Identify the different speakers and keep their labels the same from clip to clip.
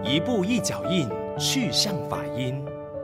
Speaker 1: 一步一脚印，去向法音。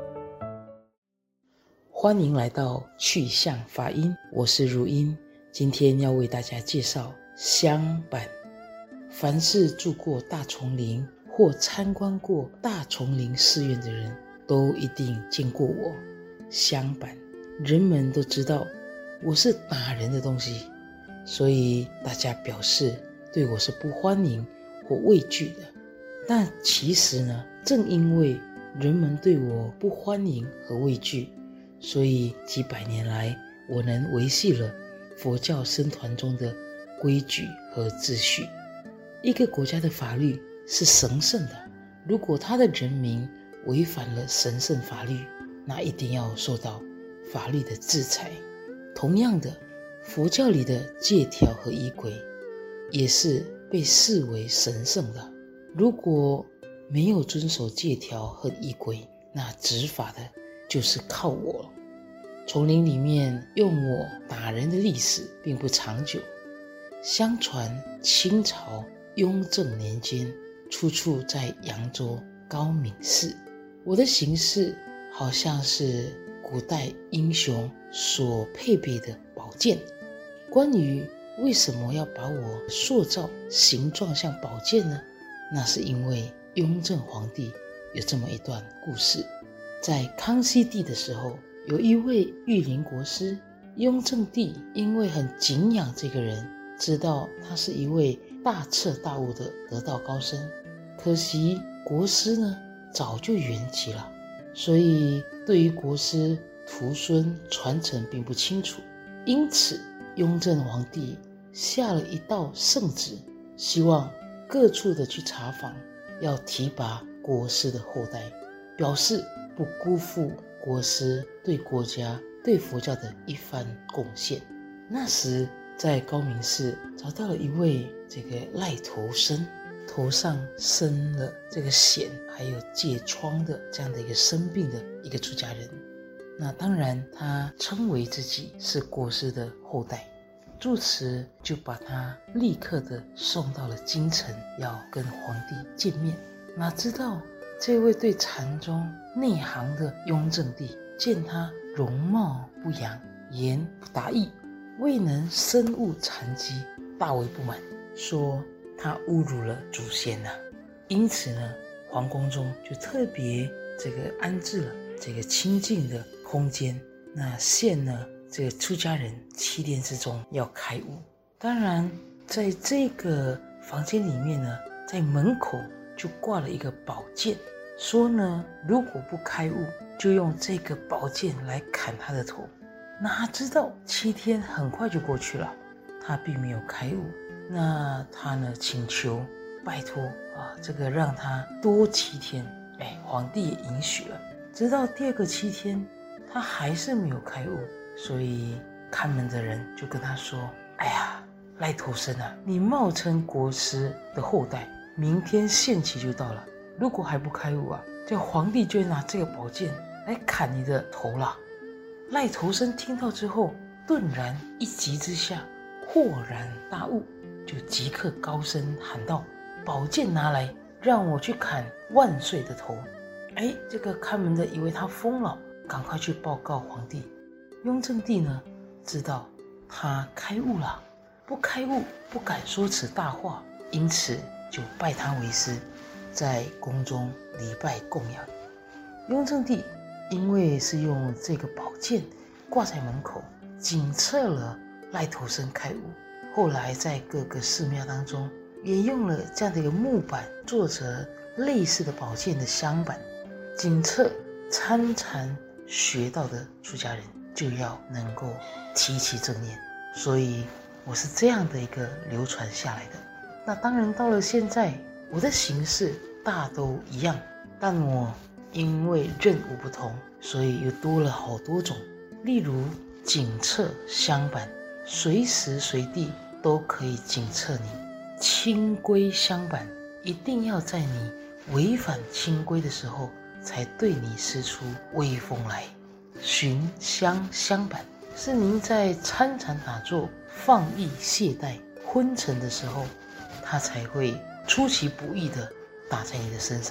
Speaker 2: 欢迎来到去向法音，我是如音。今天要为大家介绍香板。凡是住过大丛林或参观过大丛林寺院的人，都一定见过我。香板，人们都知道我是打人的东西，所以大家表示对我是不欢迎或畏惧的。但其实呢，正因为人们对我不欢迎和畏惧，所以几百年来我能维系了佛教僧团中的规矩和秩序。一个国家的法律是神圣的，如果他的人民违反了神圣法律，那一定要受到法律的制裁。同样的，佛教里的戒条和仪轨也是被视为神圣的，如果没有遵守戒条和仪轨，那执法的就是靠我。丛林里面用我打人的历史并不长久，相传清朝雍正年间出处在扬州高明寺。我的形式好像是古代英雄所配备的宝剑。关于为什么要把我塑造形状像宝剑呢？那是因为雍正皇帝有这么一段故事。在康熙帝的时候，有一位御林国师，雍正帝因为很敬仰这个人，知道他是一位大彻大悟的得道高僧，可惜国师呢早就圆寂了，所以对于国师徒孙传承并不清楚。因此雍正皇帝下了一道圣旨，希望各处的去查访，要提拔国师的后代，表示不辜负国师对国家对佛教的一番贡献。那时在高明寺找到了一位这个赖头僧，头上生了这个癣还有疥疮的这样的一个生病的一个出家人。那当然他称为自己是国师的后代，住持就把他立刻的送到了京城，要跟皇帝见面。哪知道这位对禅宗内行的雍正帝见他容貌不扬，言不达意，未能深悟禅机，大为不满，说他侮辱了祖先啊。因此呢，皇宫中就特别安置了这个清净的空间，那限了这个出家人7天之中要开悟。当然在这个房间里面呢，在门口就挂了一个宝剑，说呢如果不开悟，就用这个宝剑来砍他的头。哪知道7天很快就过去了，他并没有开悟。那他呢请求拜托让他多7天，皇帝也允许了。直到第2个7天，他还是没有开悟，所以看门的人就跟他说，哎呀，赖头僧啊，你冒称国师的后代，明天限期就到了，如果还不开悟啊，这皇帝就会拿这个宝剑来砍你的头了。赖头僧听到之后，顿然一急之下豁然大悟，就即刻高声喊道，宝剑拿来，让我去砍万岁的头。这个看门的以为他疯了，赶快去报告皇帝。雍正帝呢知道他开悟了，不开悟不敢说此大话，因此就拜他为师，在宫中礼拜供养。雍正帝因为是用这个宝剑挂在门口，警测了赖头僧开悟，后来在各个寺庙当中也用了这样的一个木板做成类似的宝剑的香板，警测参禅学到的出家人就要能够提起正念。所以我是这样的一个流传下来的。那当然到了现在，我的形式大都一样，但我因为任务不同，所以又多了好多种。例如警测香板，随时随地都可以警测你。清规香板，一定要在你违反清规的时候才对你施出威风来。寻香香板，是您在参禅打坐放逸懈怠昏沉的时候，它才会出其不意地打在你的身上。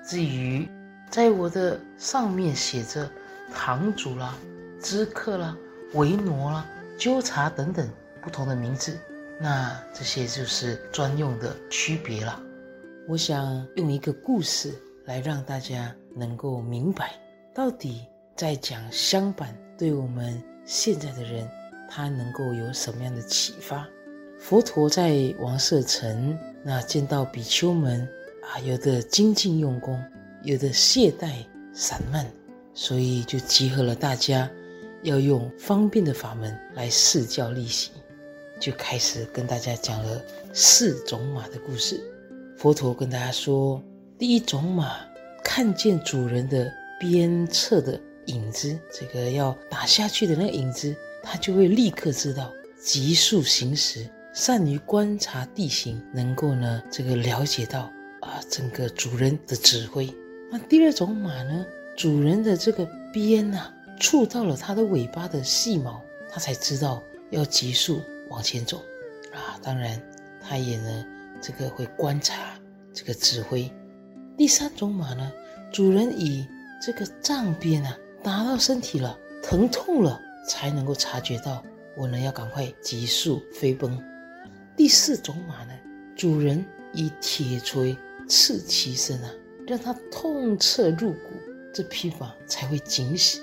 Speaker 2: 至于在我的上面写着堂主啦、知客啦、维挪啦、纠察等等不同的名字，那这些就是专用的区别啦。我想用一个故事来让大家能够明白，到底在讲香板对我们现在的人，他能够有什么样的启发。佛陀在王舍城，那见到比丘们有的精进用功，有的懈怠散漫，所以就集合了大家，要用方便的法门来示教利息，就开始跟大家讲了4种马的故事。佛陀跟大家说，第一种马看见主人的鞭策的影子，这个要打下去的那个影子，他就会立刻知道，急速行驶，善于观察地形，能够呢了解到整个主人的指挥。那第二种马呢，主人的这个鞭触到了它的尾巴的细毛，它才知道要急速往前走当然它也呢会观察这个指挥。第三种马呢，主人以这个杖鞭打到身体了，疼痛了，才能够察觉到我呢要赶快急速飞奔。第4种马呢，主人以铁锤刺其身让它痛彻入骨，这匹马才会惊醒，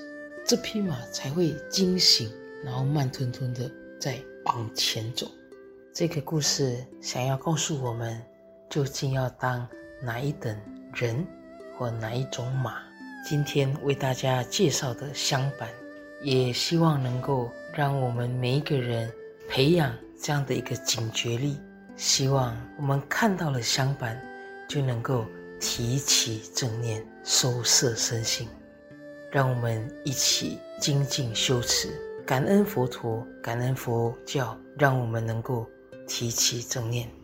Speaker 2: 然后慢吞吞的再往前走。这个故事想要告诉我们，究竟要当哪一等人或哪一种马。今天为大家介绍的香板，也希望能够让我们每一个人培养这样的一个警觉力，希望我们看到了香板就能够提起正念，收摄身心。让我们一起精进修持，感恩佛陀，感恩佛教，让我们能够提起正念。